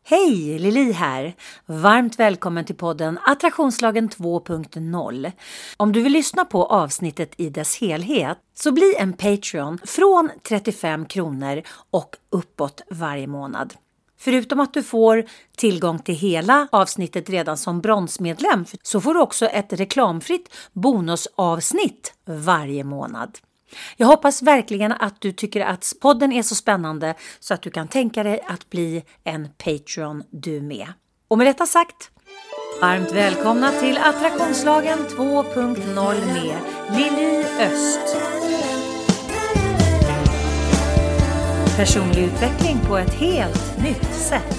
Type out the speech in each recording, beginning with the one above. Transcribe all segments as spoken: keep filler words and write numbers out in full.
Hej, Lili här. Varmt välkommen till podden Attraktionslagen två punkt noll. Om du vill lyssna på avsnittet i dess helhet så bli en Patreon från trettiofem kronor och uppåt varje månad. Förutom att du får tillgång till hela avsnittet redan som bronsmedlem så får du också ett reklamfritt bonusavsnitt varje månad. Jag hoppas verkligen att du tycker att podden är så spännande så att du kan tänka dig att bli en Patreon du med. Och med detta sagt, varmt välkomna till Attraktionslagen två punkt noll med Lili Öst. Personlig utveckling på ett helt nytt sätt.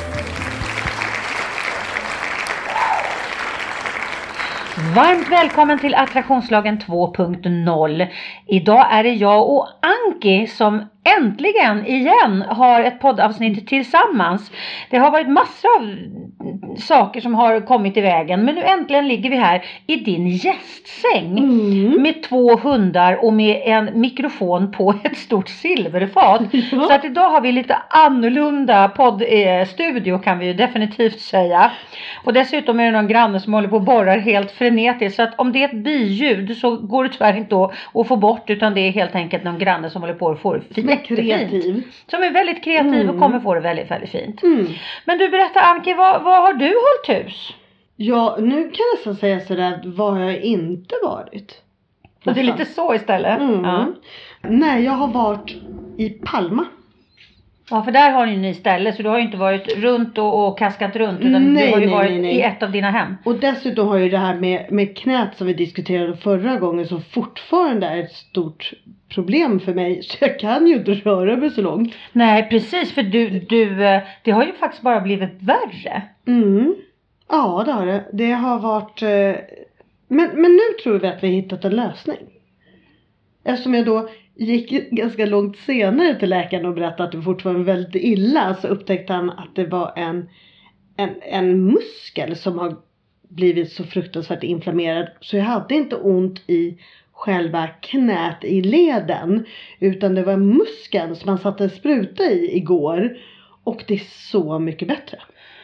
Varmt välkommen till Attraktionslagen två punkt noll. Idag är det jag och Anki som äntligen igen har ett poddavsnitt tillsammans. Det har varit massor av saker som har kommit i vägen, men nu äntligen ligger vi här i din gästsäng mm. med två hundar och med en mikrofon på ett stort silverfat. Ja. Så att idag har vi lite annorlunda poddstudio kan vi ju definitivt säga. Och dessutom är det någon granne som håller på och borrar helt frenetiskt, så att om det är ett biljud så går det tyvärr inte att få bort, utan det är helt enkelt någon granne som håller på att få det fint. Kreativ. Som är väldigt kreativ mm. och kommer få det väldigt, väldigt fint. Mm. Men du, berättar Anki, vad, vad har du hållit hus? Ja, nu kan jag nästan säga sådär, vad har jag inte varit? Och det är lite så istället? Mm. Ja. Nej, jag har varit i Palma. Ja, för där har ni ställe, så du har ju inte varit runt och, och kaskat runt, utan nej, du har ju nej, varit nej, nej. i ett av dina hem. Och dessutom har ju det här med, med knät som vi diskuterade förra gången, som fortfarande är ett stort problem för mig. Så jag kan ju inte röra mig så långt. Nej, precis, för du, du det har ju faktiskt bara blivit värre. Mm. Ja, det har det. Det har varit... Men, men nu tror vi att vi har hittat en lösning. Eftersom jag då gick ganska långt senare till läkaren och berättade att det fortfarande var väldigt illa, så upptäckte han att det var en, en, en muskel som har blivit så fruktansvärt inflammerad. Så jag hade inte ont i själva knät i leden, utan det var muskeln som man satte en spruta i igår, och det är så mycket bättre.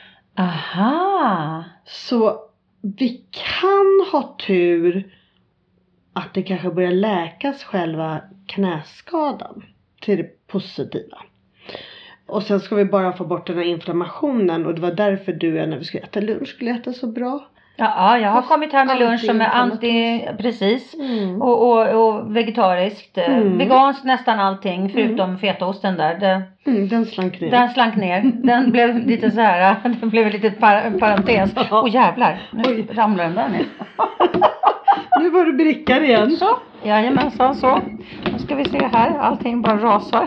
Aha! Så vi kan ha tur att det kanske börjar läkas själva knäskadan till det positiva. Och sen ska vi bara få bort den här inflammationen, och det var därför du, när vi skulle äta lunch, skulle äta så bra. Ja, jag har Fast kommit här med lunch som är anti, precis, mm. och, och, och vegetariskt, mm. veganskt nästan allting, förutom mm. fetaosten där. Det, mm, den slank ner. Den slank ner, den blev lite så här, den blev lite par, parentes. Åh oh, jävlar, nu Oj. ramlar den där ner. Nu var du brickar igen. Så, jajamensan så. Nu ska vi se här, allting bara rasar.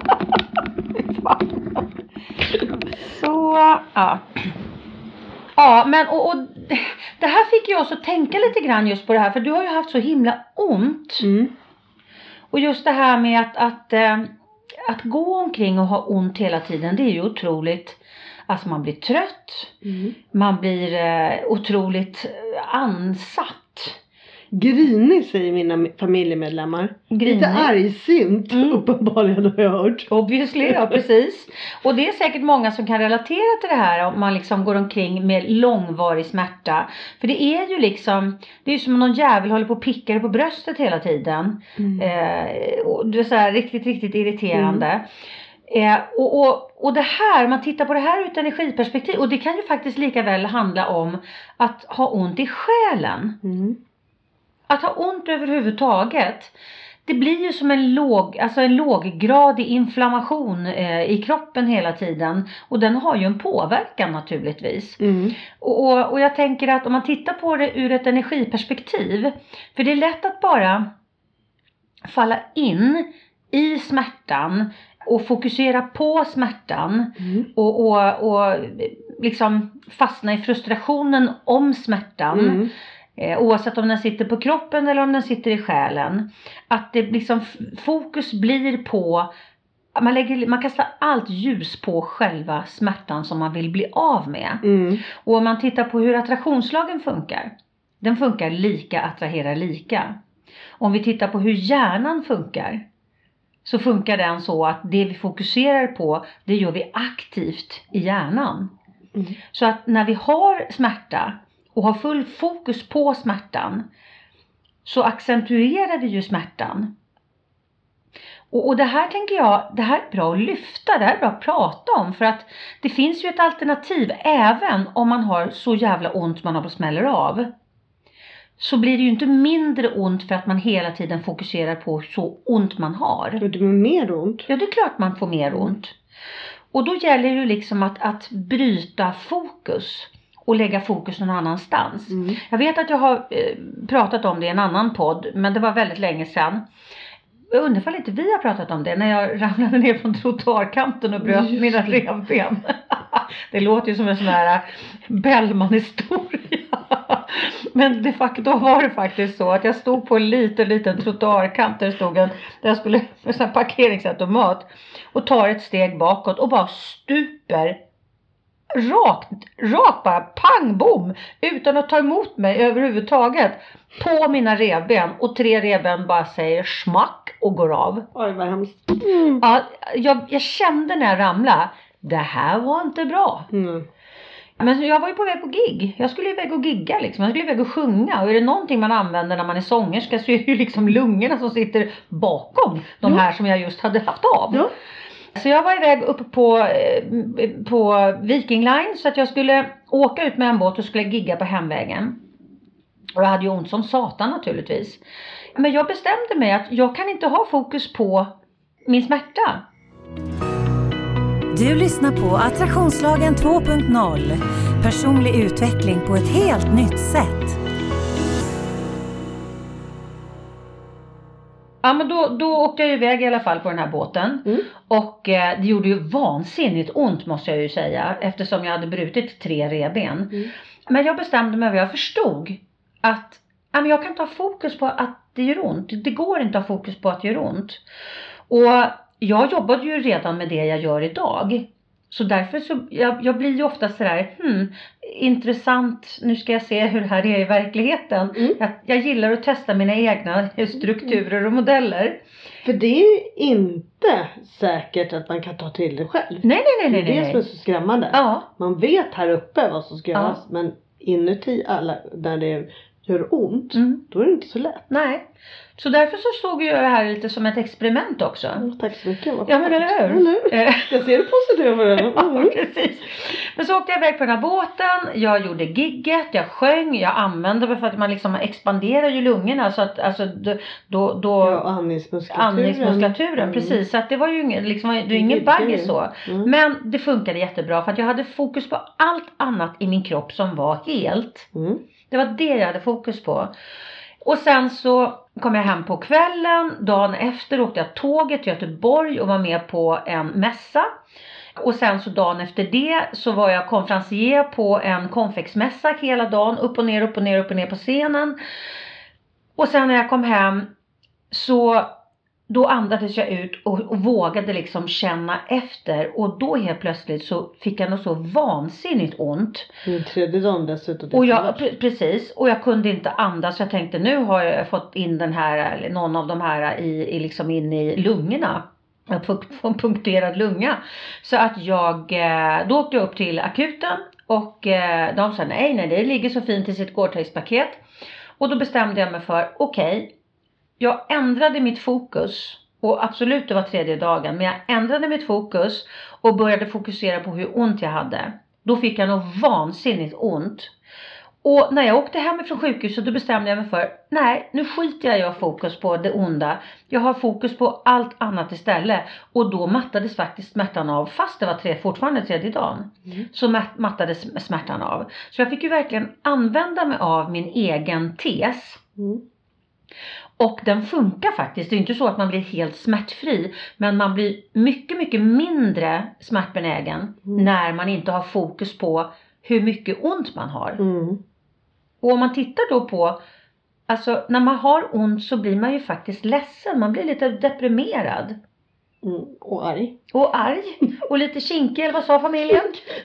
Så, ja. Ja, men och, och det här fick jag också tänka lite grann just på det här. För du har ju haft så himla ont. Mm. Och just det här med att, att, äh, att gå omkring och ha ont hela tiden, det är ju otroligt. Alltså man blir trött. Mm. Man blir äh, otroligt ansatt. Grinig, säger mina familjemedlemmar. Grinig. Lite argsint, mm. uppenbarligen har jag hört. Obviously, ja precis. Och det är säkert många som kan relatera till det här om man liksom går omkring med långvarig smärta. För det är ju liksom, det är ju som om någon jävel håller på och pickar på bröstet hela tiden. Mm. Eh, och det är så här riktigt, riktigt irriterande. Mm. Eh, och, och, och det här, man tittar på det här ur ett energiperspektiv. Och det kan ju faktiskt lika väl handla om att ha ont i själen. Mm. Att ha ont överhuvudtaget, det blir ju som en låg, alltså en låggradig inflammation eh, i kroppen hela tiden. Och den har ju en påverkan naturligtvis. Mm. Och, och, och jag tänker att om man tittar på det ur ett energiperspektiv, för det är lätt att bara falla in i smärtan och fokusera på smärtan. Mm. Och, och, och liksom fastna i frustrationen om smärtan. Mm. Eh, oavsett om den sitter på kroppen eller om den sitter i själen. Att det liksom fokus blir på, man, lägger, man kastar allt ljus på själva smärtan som man vill bli av med. Mm. Och om man tittar på hur attraktionslagen funkar. Den funkar lika, attraherar lika. Om vi tittar på hur hjärnan funkar, så funkar den så att det vi fokuserar på, det gör vi aktivt i hjärnan. Mm. Så att när vi har smärta och har full fokus på smärtan, så accentuerar vi ju smärtan. Och, och det här tänker jag, det här är bra att lyfta, det här är bra att prata om. För att det finns ju ett alternativ även om man har så jävla ont man har på smäller av. Så blir det ju inte mindre ont för att man hela tiden fokuserar på så ont man har. Men det blir mer ont. Ja, det är klart man får mer ont. Och då gäller det ju liksom att, att bryta fokus och lägga fokus någon annanstans. Mm. Jag vet att jag har eh, pratat om det i en annan podd, men det var väldigt länge sedan. Jag undrar ifall inte vi har pratat om det när jag ramlade ner från trottoarkanten och bröt Just mina revben. Det låter ju som en sån här Bellman-historia. Men de facto var det faktiskt så att jag stod på en liten, liten trottoarkant där det stod en, där jag skulle, en sån här parkeringsautomat, och tar ett steg bakåt och bara stuper rakt, rakt bara pang bom, utan att ta emot mig överhuvudtaget på mina revben, och tre revben bara säger smack och går av. Oj, vad hemskt. Mm. Ja, jag, jag kände när jag ramlade, det här var inte bra. Mm. Men jag var ju på väg på gig. Jag skulle ju iväg och gigga liksom. Jag skulle iväg och sjunga. Och är det någonting man använder när man är sångerska, så är det ju liksom lungorna som sitter bakom de här som jag just hade haft av. Ja. Så jag var iväg uppe på, på Viking Line, så att jag skulle åka ut med en båt och skulle gigga på hemvägen. Och jag hade ju ont som satan naturligtvis. Men jag bestämde mig att jag kan inte ha fokus på min smärta. Du lyssnar på Attraktionslagen två punkt noll. Personlig utveckling på ett helt nytt sätt. Ja, men då, då åkte jag iväg i alla fall på den här båten. Mm. Och eh, det gjorde ju vansinnigt ont, måste jag ju säga. Eftersom jag hade brutit tre revben. Mm. Men jag bestämde mig, och jag förstod att ja, men jag kan ta fokus på att det gör ont. Det går inte att ha fokus på att det gör ont. Och jag jobbade ju redan med det jag gör idag. Så därför så, jag, jag blir ju ofta sådär, hmm, intressant, nu ska jag se hur det här är i verkligheten. Mm. Jag, jag gillar att testa mina egna strukturer och modeller. För det är inte säkert att man kan ta till det själv. Nej, nej, nej. nej, nej. Det är det som är så skrämmande. Ja. Man vet här uppe vad som ska göras, ja. Men inuti alla, där det gör ont, mm. då är det inte så lätt. Nej. Så därför så såg jag det här lite som ett experiment också. Mm, tack så mycket. Ja, men eller hur? Eller? Jag ser det positiva för det. Mm. Ja, precis. Men så åkte jag iväg på den här båten. Jag gjorde gigget. Jag sjöng. Jag använde det för att man liksom expanderar ju lungorna. Så att, alltså, då, då, ja, andningsmuskulaturen. Andningsmuskulaturen, mm. precis. Så att det var ju ingen, liksom, det var ingen bagge så. Mm. Men det funkade jättebra. För att jag hade fokus på allt annat i min kropp som var helt. Mm. Det var det jag hade fokus på. Och sen så kom jag hem på kvällen. Dagen efter åkte jag tåget till Göteborg och var med på en mässa. Och sen så dagen efter det så var jag konferencier på en konfexmässa hela dagen. Upp och ner, upp och ner, upp och ner på scenen. Och sen när jag kom hem så då andades jag ut och, och vågade liksom känna efter. Och då helt plötsligt så fick jag något så vansinnigt ont. Min tredje dagen dessutom. Och jag, pre- precis. Och jag kunde inte andas. Jag tänkte, nu har jag fått in den här, eller någon av de här i, i liksom in i lungorna. Jag fick en punkterad lunga. Så att jag, då åkte jag upp till akuten. Och de sa, nej, nej, det ligger så fint i sitt Gore-Tex-paket. Och då bestämde jag mig för, okej. Okay, jag ändrade mitt fokus, och absolut det var tredje dagen, men jag ändrade mitt fokus och började fokusera på hur ont jag hade. Då fick jag nog vansinnigt ont. Och när jag åkte hem från sjukhuset då bestämde jag mig för, nej, nu skiter jag i att ha fokus på det onda. Jag har fokus på allt annat istället. Och då mattades faktiskt smärtan av, fast det var tre, fortfarande tredje dagen. Mm. Så mattades smärtan av. Så jag fick ju verkligen använda mig av min egen tes. Mm. Och den funkar faktiskt. Det är inte så att man blir helt smärtfri. Men man blir mycket, mycket mindre smärtbenägen. Mm. När man inte har fokus på hur mycket ont man har. Mm. Och om man tittar då på. Alltså när man har ont så blir man ju faktiskt ledsen. Man blir lite deprimerad. Mm. Och arg. Och arg. Och lite kinkig. Eller vad sa familjen?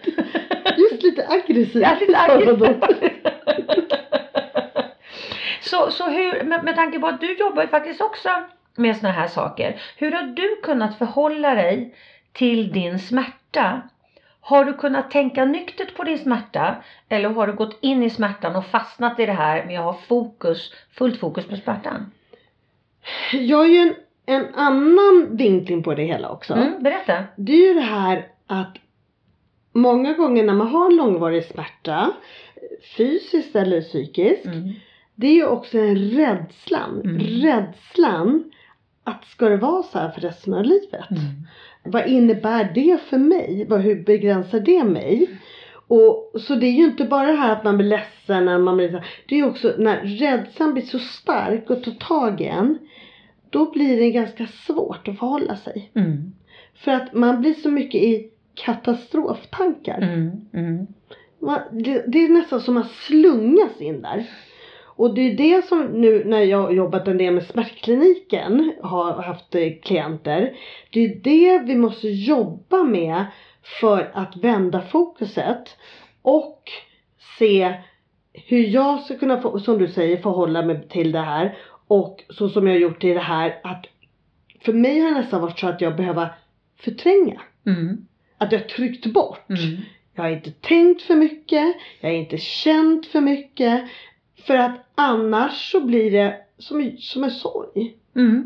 Just lite aggressiv. Ja, lite aggressiv. Så, så hur, med, med tanke på att du jobbar ju faktiskt också med såna här saker. Hur har du kunnat förhålla dig till din smärta? Har du kunnat tänka nyktert på din smärta? Eller har du gått in i smärtan och fastnat i det här med att ha fokus, fullt fokus på smärtan? Jag har ju en, en annan vinkling på det hela också. Mm, berätta. Det är ju det här att många gånger när man har långvarig smärta, fysiskt eller psykiskt, mm. det är ju också en rädslan. Mm. Rädslan att ska det vara så här för resten av livet? Mm. Vad innebär det för mig? Vad, hur begränsar det mig? Och så det är ju inte bara det här att man blir ledsen när man blir så här. Det är ju också när rädslan blir så stark och tar tag i en, då blir det ganska svårt att förhålla sig. Mm. För att man blir så mycket i katastroftankar. Mm. Mm. Man, det, det är nästan som att man slungas in där. Och det är det som nu när jag har jobbat en del med smärtkliniken, har haft klienter. Det är det vi måste jobba med för att vända fokuset. Och se hur jag ska kunna, få, som du säger, förhålla mig till det här. Och så som jag har gjort i det här, att för mig har det nästan varit så att jag behöver förtränga. Mm. Att jag har tryckt bort. Mm. Jag har inte tänkt för mycket. Jag har inte känt för mycket. För att annars så blir det som, som en sorg. Mm.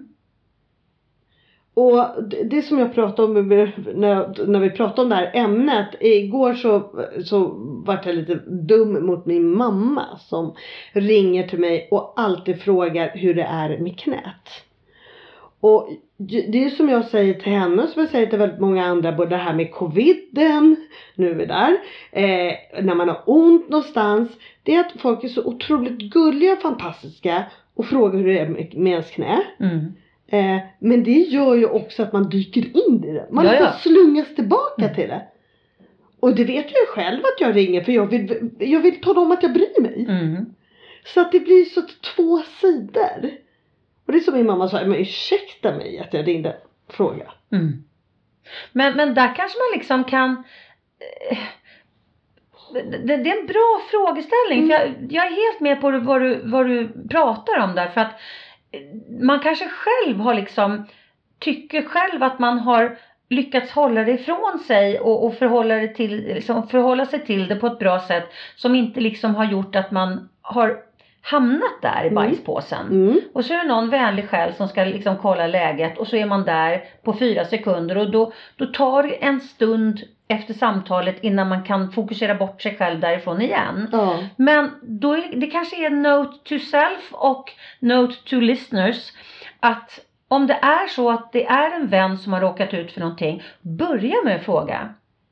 Och det, det som jag pratade om när, när vi pratade om det här ämnet. Igår så, så var jag lite dum mot min mamma. Som ringer till mig och alltid frågar hur det är med knät. Och det är som jag säger till henne, som jag säger till väldigt många andra, både det här med coviden, nu är vi där, eh, när man har ont någonstans, det är att folk är så otroligt gulliga och fantastiska och frågar hur det är med, med ens knä. Mm. Eh, men det gör ju också att man dyker in i det. Man får slungas tillbaka mm. till det. Och det vet jag själv att jag ringer, för jag vill, jag vill tala om att jag bryr mig. Mm. Så att det blir så två sidor. Och det är som min mamma sa, men ursäkta mig att jag ringde fråga. Mm. Men, men där kanske man liksom kan... Eh, det, det är en bra frågeställning. Mm. För jag, jag är helt med på vad du, vad du pratar om där. För att man kanske själv har liksom... Tycker själv att man har lyckats hålla det ifrån sig. Och, och förhålla, det till, liksom, förhålla sig till det på ett bra sätt. Som inte liksom har gjort att man har... hamnat där i bajspåsen. Mm. Och så är det någon vänlig själ som ska liksom kolla läget. Och så är man där på fyra sekunder. Och då, då tar det en stund efter samtalet innan man kan fokusera bort sig själv därifrån igen. Mm. Men då är, det kanske är note to self och note to listeners. Att om det är så att det är en vän som har råkat ut för någonting. Börja med att fråga.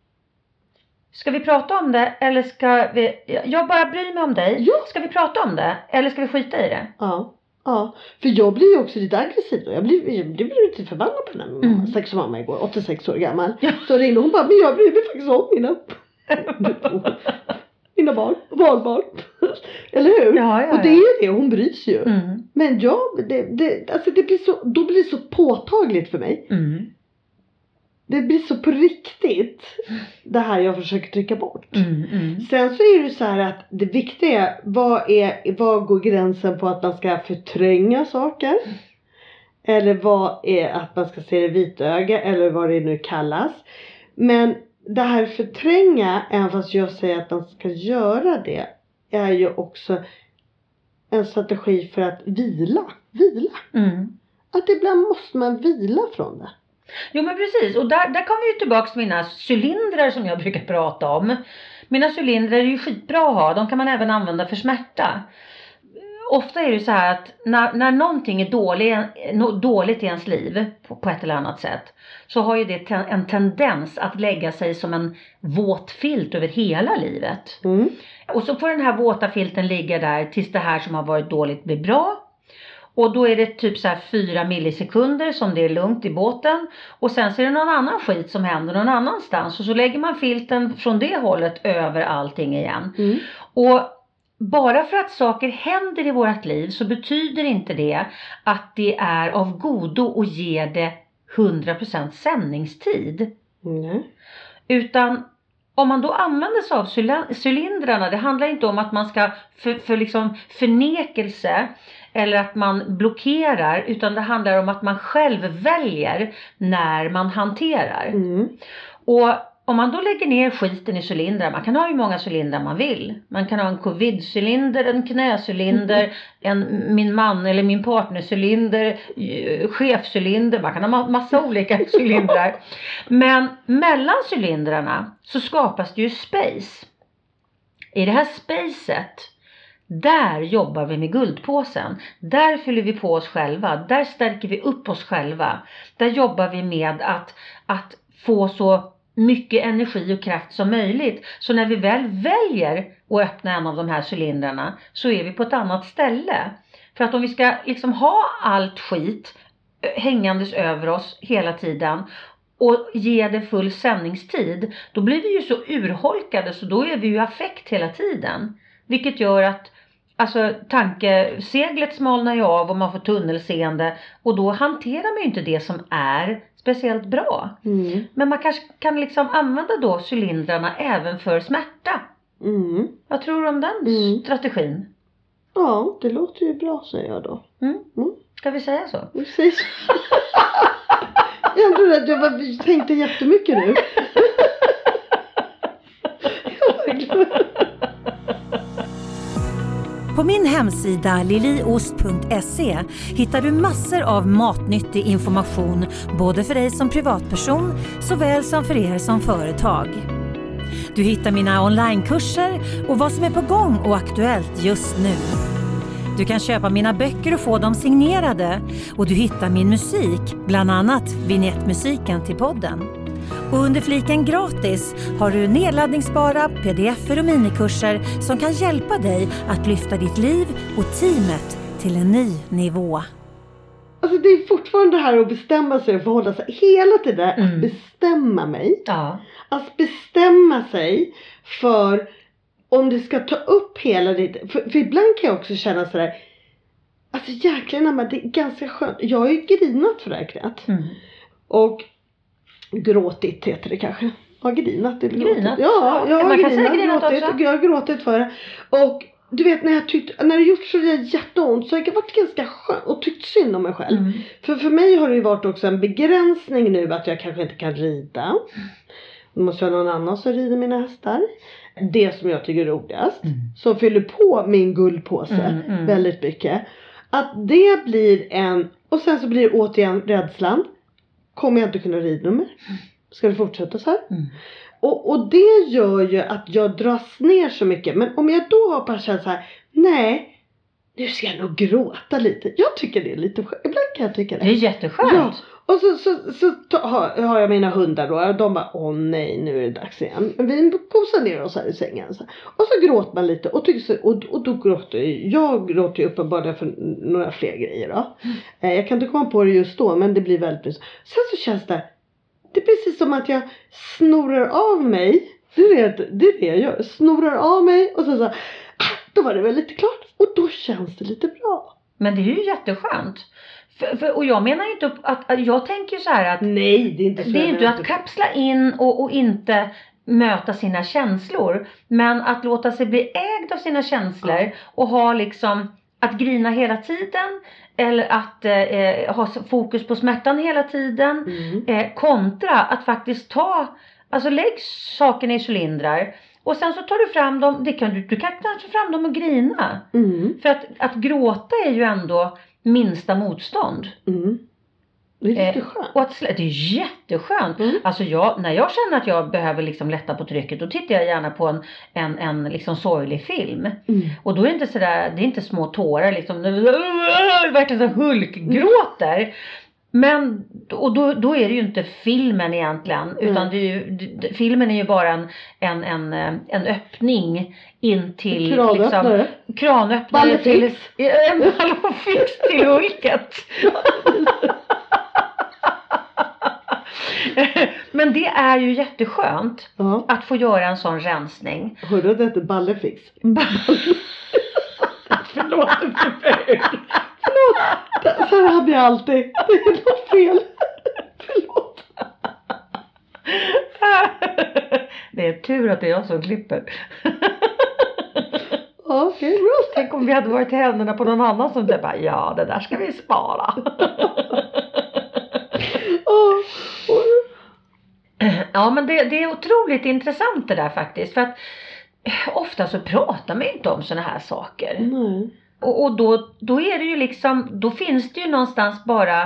Ska vi prata om det eller ska vi... Jag bara bryr mig om dig. Ja. Ska vi prata om det eller ska vi skita i det? Ja, ja. För jag blir ju också lite aggressiv då. Jag blir, jag blir lite förbannad på den här mm. sex mamma igår. åttiosex år gammal. Ja. Så ringde hon bara, men jag bryr mig faktiskt om mina... mina barn. Barnbarn. Eller hur? Ja, ja, ja. Och det är ju det. Hon bryr sig ju. Mm. Men ja, det, det, alltså det blir så, då blir det så påtagligt för mig. Mm. Det blir så på riktigt det här jag försöker trycka bort. Mm, mm. Sen så är det så här att det viktiga är vad, är vad går gränsen på att man ska förtränga saker? Eller vad är att man ska se det vitöga eller vad det nu kallas. Men det här förtränga, även fast jag säger att man ska göra det, är ju också en strategi för att vila. Vila. Mm. Att ibland måste man vila från det. Jo men precis, och där, där kommer vi ju tillbaka till mina cylindrar som jag brukar prata om. Mina cylindrar är ju skitbra att ha, de kan man även använda för smärta. Ofta är det så här att när, när någonting är dålig, dåligt i ens liv på, på ett eller annat sätt. Så har ju det ten, en tendens att lägga sig som en våt filt över hela livet. Mm. Och så får den här våta filten ligga där tills det här som har varit dåligt blir bra. Och då är det typ så här fyra millisekunder som det är lugnt i båten. Och sen så är det någon annan skit som händer någon annanstans. Och så lägger man filten från det hållet över allting igen. Mm. Och bara för att saker händer i vårt liv så betyder inte det att det är av godo och ger det hundra procent sändningstid. Mm. Utan om man då använder sig av cylindrarna, det handlar inte om att man ska för, för liksom förnekelse eller att man blockerar, utan det handlar om att man själv väljer när man hanterar. Mm. Och om man då lägger ner skiten i cylindrar, man kan ha hur många cylindrar man vill. Man kan ha en covid-cylinder, en knäcylinder, en min man eller min partnercylinder, chefcylinder, man kan ha massa olika cylindrar. Men mellan cylindrarna så skapas det ju space. I det här spacet, där jobbar vi med guldpåsen. Där fyller vi på oss själva. Där stärker vi upp oss själva. Där jobbar vi med att, att få så mycket energi och kraft som möjligt. Så när vi väl väljer att öppna en av de här cylindrarna, så är vi på ett annat ställe. För att om vi ska liksom ha allt skit hängandes över oss hela tiden och ge det full sändningstid, då blir vi ju så urholkade, så då är vi ju affekt hela tiden. Vilket gör att alltså, tankeseglet smalnar ju av och man får tunnelseende, och då hanterar man ju inte det som är speciellt bra. Mm. Men man kanske kan liksom använda då cylindrarna även för smärta. Mm. Vad tror du om den Mm. strategin? Ja, det låter ju bra, säger jag då. Mm. Mm. Ska vi säga så? Precis. Jag tror att jag var, tänkte jättemycket nu. På min hemsida liliost punkt se hittar du massor av matnyttig information, både för dig som privatperson såväl som för er som företag. Du hittar mina onlinekurser och vad som är på gång och aktuellt just nu. Du kan köpa mina böcker och få dem signerade, och du hittar min musik, bland annat vignettmusiken till podden. Och under fliken gratis har du nedladdningsbara pdf-er och minikurser som kan hjälpa dig att lyfta ditt liv och teamet till en ny nivå. Alltså det är fortfarande det här att bestämma sig och förhålla sig. Hela tiden att Mm. bestämma mig. Ja. Att bestämma sig för om det ska ta upp hela ditt... För, för ibland kan jag också känna sådär. Alltså jäklar, men det är ganska skönt. Jag har ju grinat för det här knät. Mm. Och gråtit heter det kanske. Ja, grinat. Det är Grinat? gråtit. Ja, jag har Man kan grinat, säga grinat gråtit, också. Jag har gråtit för det. Och du vet, när jag tyckt, när det gjort så jätteont, så har jag varit ganska skön och tyckt synd om mig själv. Mm. För för mig har det ju varit också en begränsning nu att jag kanske inte kan rida. Då måste jag ha någon annan som rider mina hästar. Det som jag tycker är roligast. Mm. Som fyller på min guldpåse Mm, mm. väldigt mycket. Att det blir en... Och sen så blir det återigen rädslan. Kommer jag inte kunna rida mer? Ska det fortsätta så här? Mm. Och, och det gör ju att jag dras ner så mycket. Men om jag då har bara känt så här. Nej, nu ska jag nog gråta lite. Jag tycker det är lite skönt. Ibland kan jag tycka det. Det är jätteskönt. Ja, och så, så, så ta, har, har jag mina hundar då. Och de bara, åh nej, nu är det dags igen. Men vi gosar ner oss här i sängen. Så. Och så gråter man lite. Och, tycker så, och, och då gråter jag. Jag gråter ju uppenbarligen för några fler grejer då. Mm. Eh, jag kan inte komma på det just då. Men det blir väldigt precis. Sen så känns det. Det är precis som att jag snorar av mig. Det är det, det, är det jag gör. Snorar av mig. Och så så. Ah, då var det väl lite klart. Och då känns det lite bra. Men det är ju jätteskönt. För, för, och jag menar inte att, att jag tänker så här att Nej, det är inte så. det är inte att kapsla in och, och inte möta sina känslor. Men att låta sig bli ägd av sina känslor. Ja. Och ha liksom att grina hela tiden. Eller att eh, ha fokus på smärtan hela tiden. Mm. Eh, kontra att faktiskt ta, alltså lägg sakerna i cylindrar. Och sen så tar du fram dem, det kan du, du kan ta fram dem och grina. Mm. För att, att gråta är ju ändå minsta motstånd. Mm. Det är lite Eh, skönt. och att slä, det är jätteskönt. Mm. Alltså jag, när jag känner att jag behöver liksom lätta på trycket, då tittar jag gärna på en, en, en liksom sorglig film. Mm. Och då är det inte sådär, det är inte små tårar liksom, verkligen så hulkgråter. Men, och då, då är det ju inte filmen egentligen, utan Mm. det är ju, det, filmen är ju bara en, en, en, en öppning in till Kranöppnare. liksom, kranöppnare till, Ballefix. en ballongfix till hulket. Men det är ju jätteskönt Ja. att få göra en sån rensning. Hörde du att det heter Ballefix? Förlåt, det blir fel. Förlåt. Så här blir jag alltid. Det är något fel. Förlåt. Det är tur att det är jag som klipper. Ja, okej, okay, bra. Tänk om vi hade varit i händerna på någon annan som det bara, ja det där ska vi spara. Oh, oh. Ja men det, det är otroligt intressant det där faktiskt. För att ofta så pratar man inte om såna här saker. Nej. Och, och då, då är det ju liksom, då finns det ju någonstans bara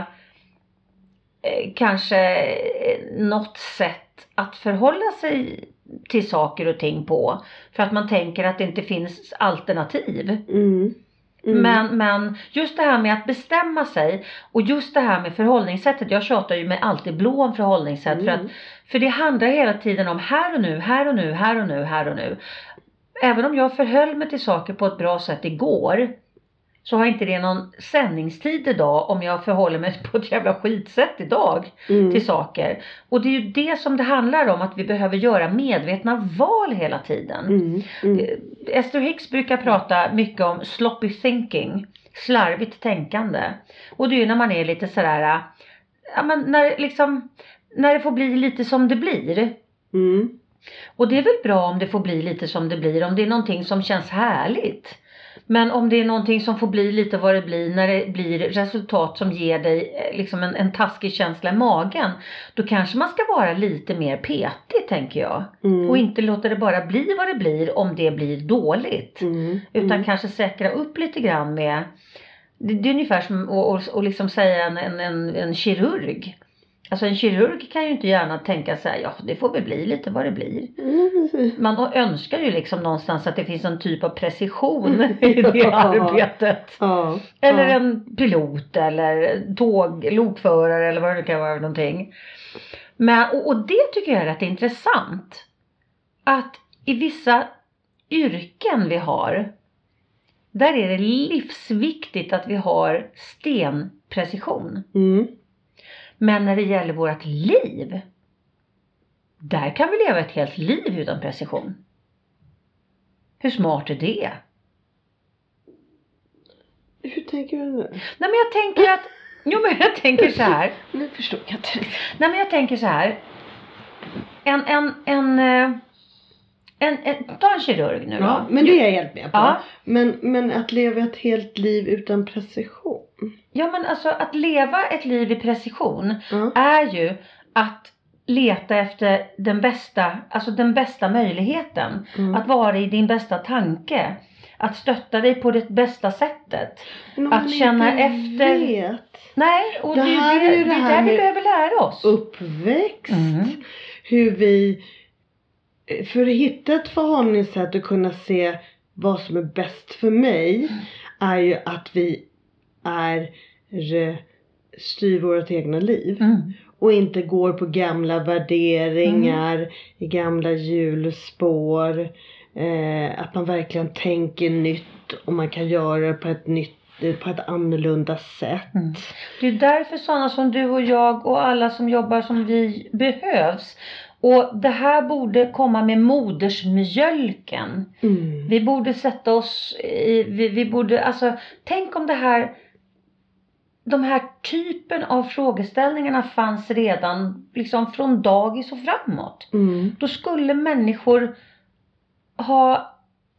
eh, kanske något sätt att förhålla sig till saker och ting på. För att man tänker att det inte finns alternativ. Mm. Mm. Men, men just det här med att bestämma sig och just det här med förhållningssättet. Jag tjatar ju mig alltid blå om förhållningssätt. Mm. För, att, för det handlar hela tiden om här och nu, här och nu, här och nu, här och nu. Även om jag förhöll mig till saker på ett bra sätt igår, så har inte det någon sändningstid idag om jag förhåller mig på ett jävla skitsätt idag Mm. till saker. Och det är ju det som det handlar om, att vi behöver göra medvetna val hela tiden. Mm. Mm. Esther Hicks brukar prata mycket om sloppy thinking, slarvigt tänkande. Och det är ju när man är lite sådär, ja men när liksom, när det får bli lite som det blir. Mm. Och det är väl bra om det får bli lite som det blir, om det är någonting som känns härligt. Men om det är någonting som får bli lite vad det blir, när det blir resultat som ger dig liksom en, en taskig känsla i magen, då kanske man ska vara lite mer petig, tänker jag. Mm. Och inte låta det bara bli vad det blir om det blir dåligt. Mm. Utan Mm. kanske säkra upp lite grann med, det, det är ungefär som att och liksom säga en, en, en, en kirurg. Alltså en kirurg kan ju inte gärna tänka så här, ja det får väl bli lite vad det blir. Mm. Man önskar ju liksom någonstans att det finns en typ av precision i det arbetet. Ja. Eller Ja. en pilot eller tåg, lokförare eller vad det kan vara för någonting. Men, och, och det tycker jag är rätt intressant. Att i vissa yrken vi har, där är det livsviktigt att vi har stenprecision. Mm. Men när det gäller vårt liv, där kan vi leva ett helt liv utan precision. Hur smart är det? Hur tänker du nu? Nej men jag tänker att, jo men jag tänker så här. Nu förstår jag inte. Nej men jag tänker så här. En, en, en, eh, en, en ta en kirurg nu då. Ja, men det är jag helt med på. Ja. Men, men att leva ett helt liv utan precision. Ja men alltså att leva ett liv i precision Ja. är ju att leta efter den bästa, alltså den bästa möjligheten. Mm. Att vara i din bästa tanke. Att stötta dig på det bästa sättet. Men om Att man känna inte efter- vet. Nej, och det, Det är här det, är ju det, det är här där vi med behöver lära oss. Uppväxt. Mm. Hur vi, för att hitta ett förhållningssätt och kunna se vad som är bäst för mig, Mm. är ju att vi är styr vårt egna liv. Mm. Och inte går på gamla värderingar, mm. i gamla hjulspår. Eh, att man verkligen tänker nytt och man kan göra det på ett nytt, på ett annorlunda sätt. Mm. Det är därför sådana som du och jag och alla som jobbar som vi behövs. Och det här borde komma med modersmjölken. Mm. Vi borde sätta oss i, vi, vi borde, alltså tänk om det här, de här typen av frågeställningarna fanns redan liksom från dagis och framåt. Mm. Då skulle människor ha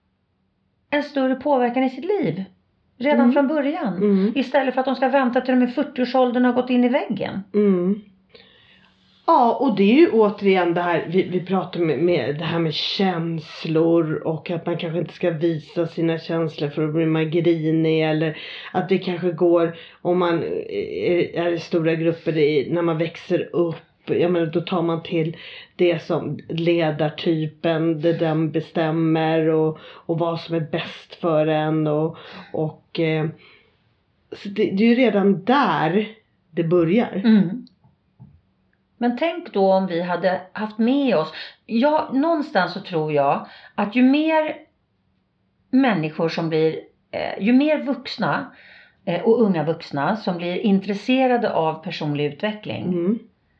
en större påverkan i sitt liv redan Mm. från början. Mm. Istället för att de ska vänta till de är fyrtioårsåldern och har gått in i väggen. Mm. Ja, och det är ju återigen det här vi, vi pratar med, med det här med känslor och att man kanske inte ska visa sina känslor för att bli man grinig, eller att det kanske går om man är, är i stora grupper i, när man växer upp. Jag menar, då tar man till det som ledartypen, det den bestämmer och, och vad som är bäst för en och, och eh, så det, det är ju redan där det börjar. Mm. Men tänk då om vi hade haft med oss, ja, någonstans så tror jag att ju mer människor som blir, eh, ju mer vuxna eh, och unga vuxna som blir intresserade av personlig utveckling, Mm.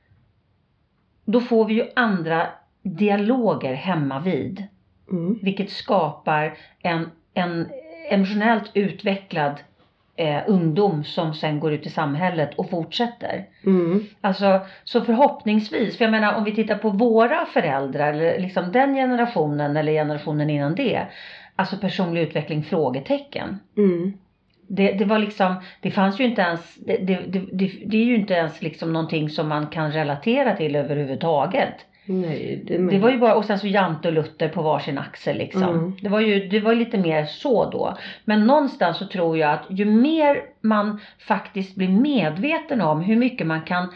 då får vi ju andra dialoger hemma vid. Mm. Vilket skapar en, en emotionellt utvecklad eh, ungdom som sen går ut i samhället och fortsätter. Mm. Alltså, så förhoppningsvis, för jag menar om vi tittar på våra föräldrar eller liksom den generationen eller generationen innan det, alltså personlig utveckling, frågetecken. Mm. Det, det var liksom, det fanns ju inte ens, det, det, det, det är ju inte ens liksom någonting som man kan relatera till överhuvudtaget. Nej, det, det var ju bara, och sen så Jante och Luther på varsin axel liksom. Mm. Det var ju, det var lite mer så då. Men någonstans så tror jag att ju mer man faktiskt blir medveten om hur mycket man kan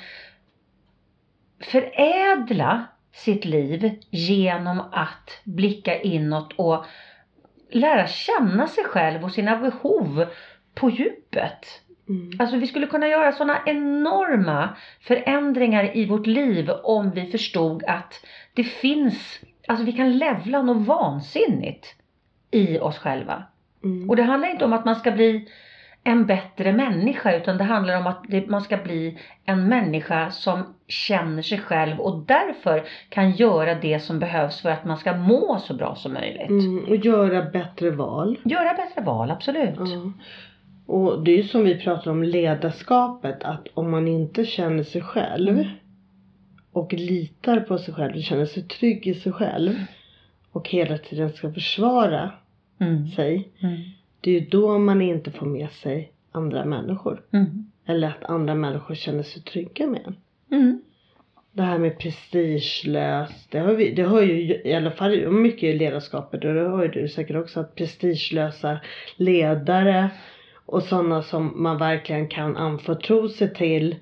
förädla sitt liv genom att blicka inåt och lära känna sig själv och sina behov på djupet. Mm. Alltså vi skulle kunna göra sådana enorma förändringar i vårt liv om vi förstod att det finns, alltså vi kan levla något vansinnigt i oss själva. Mm. Och det handlar inte om att man ska bli en bättre människa, utan det handlar om att det, man ska bli en människa som känner sig själv och därför kan göra det som behövs för att man ska må så bra som möjligt. Mm, och göra bättre val. Göra bättre val, absolut. Mm. Och det är ju som vi pratar om ledarskapet, att om man inte känner sig själv mm. och litar på sig själv och känner sig trygg i sig själv mm. och hela tiden ska försvara mm. sig, mm. det är ju då man inte får med sig andra människor. Mm. Eller att andra människor känner sig trygga med en. Mm. Det här med prestigelöst, det har, vi, det har ju i alla fall mycket i ledarskapet, och det har ju du säkert också, att prestigelösa ledare och sådana som man verkligen kan anförtro sig till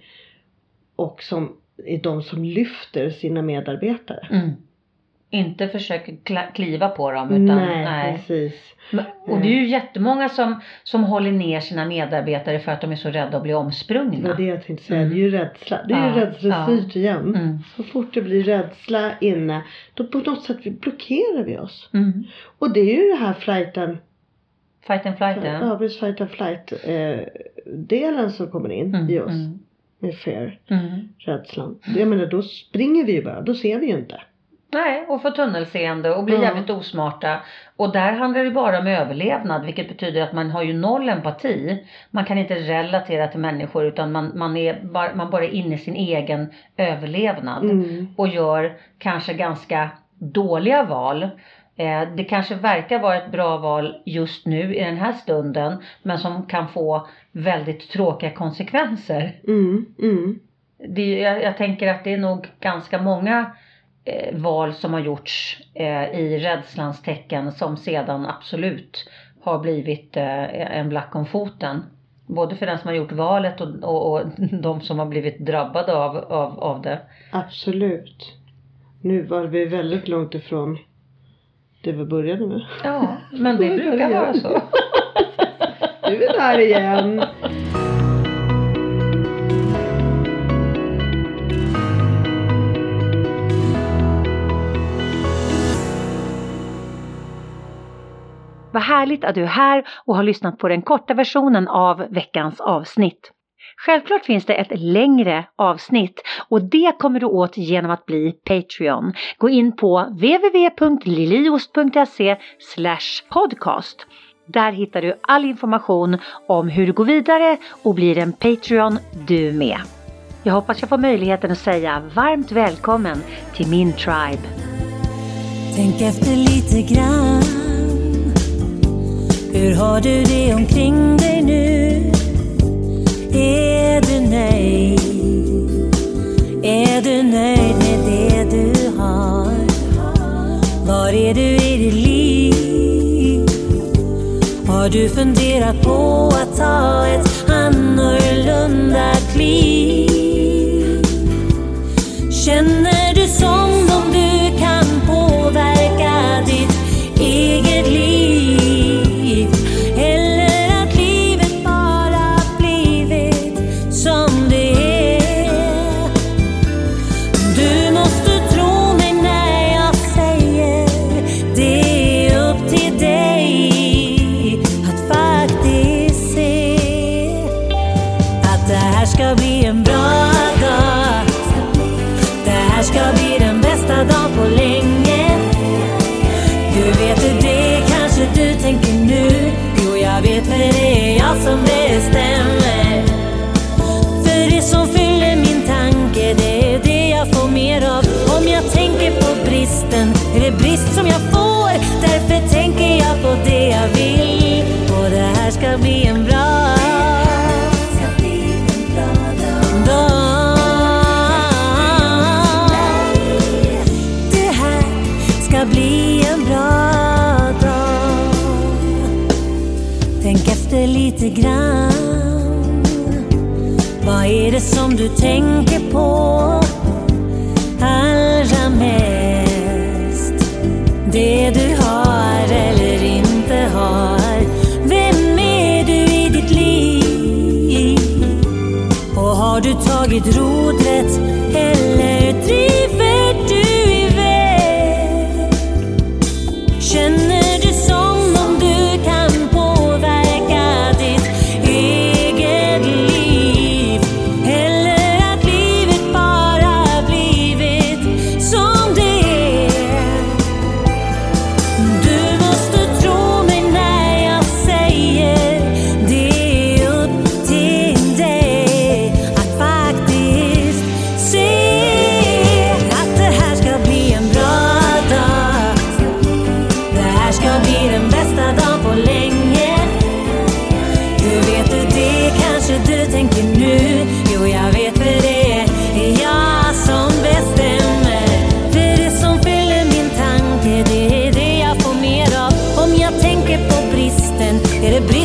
och som är de som lyfter sina medarbetare. Mm. Inte försöker kliva på dem utan nej, nej. Precis. Och det är ju jättemånga som, som håller ner sina medarbetare för att de är så rädda att bli omsprungna. Det var det jag tänkte säga, mm. det är ju rädsla. Det är ja, ju rädslestyrt ja. igen. Mm. Så fort det blir rädsla inne, då på något sätt blockerar vi oss. Mm. Och det är ju det här flighten. Fight and flight, ja. Ja, precis, fight and flight eh, delen som kommer in mm. i oss. Mm. Med fear, mm. rädslan. Jag menar, då springer vi ju bara, då ser vi ju inte. Nej, och få tunnelseende och bli ja. jävligt osmarta. Och där handlar det bara om överlevnad, vilket betyder att man har ju noll empati. Man kan inte relatera till människor, utan man, man, är bara, man bara är inne i sin egen överlevnad. Mm. Och gör kanske ganska dåliga val. Eh, det kanske verkar vara ett bra val just nu i den här stunden, men som kan få väldigt tråkiga konsekvenser. Mm. Mm. Det, jag, jag tänker att det är nog ganska många Eh, val som har gjorts eh, i rädslans tecken som sedan absolut har blivit eh, en black om foten. Både för den som har gjort valet och, och, och de som har blivit drabbade av, av, av det. Absolut. Nu var vi väldigt långt ifrån det vi började med. Ja, men det brukar vara så. Nu är det här igen. Vad härligt att du är här och har lyssnat på den korta versionen av veckans avsnitt. Självklart finns det ett längre avsnitt och det kommer du åt genom att bli Patreon. Gå in på w w w punkt liliost punkt se slash podcast. Där hittar du all information om hur du går vidare och blir en Patreon du med. Jag hoppas jag får möjligheten att säga varmt välkommen till min tribe. Tänk efter lite grann. Hur har du det omkring dig nu? Är du nöjd? Är du nöjd med det du har? Var är du i ditt liv? Har du funderat på att ta ett annorlunda kliv? Känner du som om du kan påverka ditt eget liv? jag vet för det är jag som bestämmer. För det som fyller min tanke, det är det jag får mer av. Om jag tänker på bristen, är det brist som jag får. Därför tänker jag på det jag vill. Och det här ska bli en bra bli en bra dag. Tänk efter lite grann. Vad är det som du tänker på allra mest? Det du har eller inte har. Vem är du i ditt liv? Och har du tagit rodret eller driver du? Känner du som om du kan påverka ditt eget liv? Eller att livet bara blivit som det är? Du måste tro mig när jag säger det är upp till dig att faktiskt se att det här ska bli en bra dag. Ska bli den bästa dagen på länge. Hur vet du det? Kanske du tänker nu. Jo, jag vet för det är jag som bestämmer. För det som fyller min tanke, det är det jag får mer av. Om jag tänker på bristen, är det bristen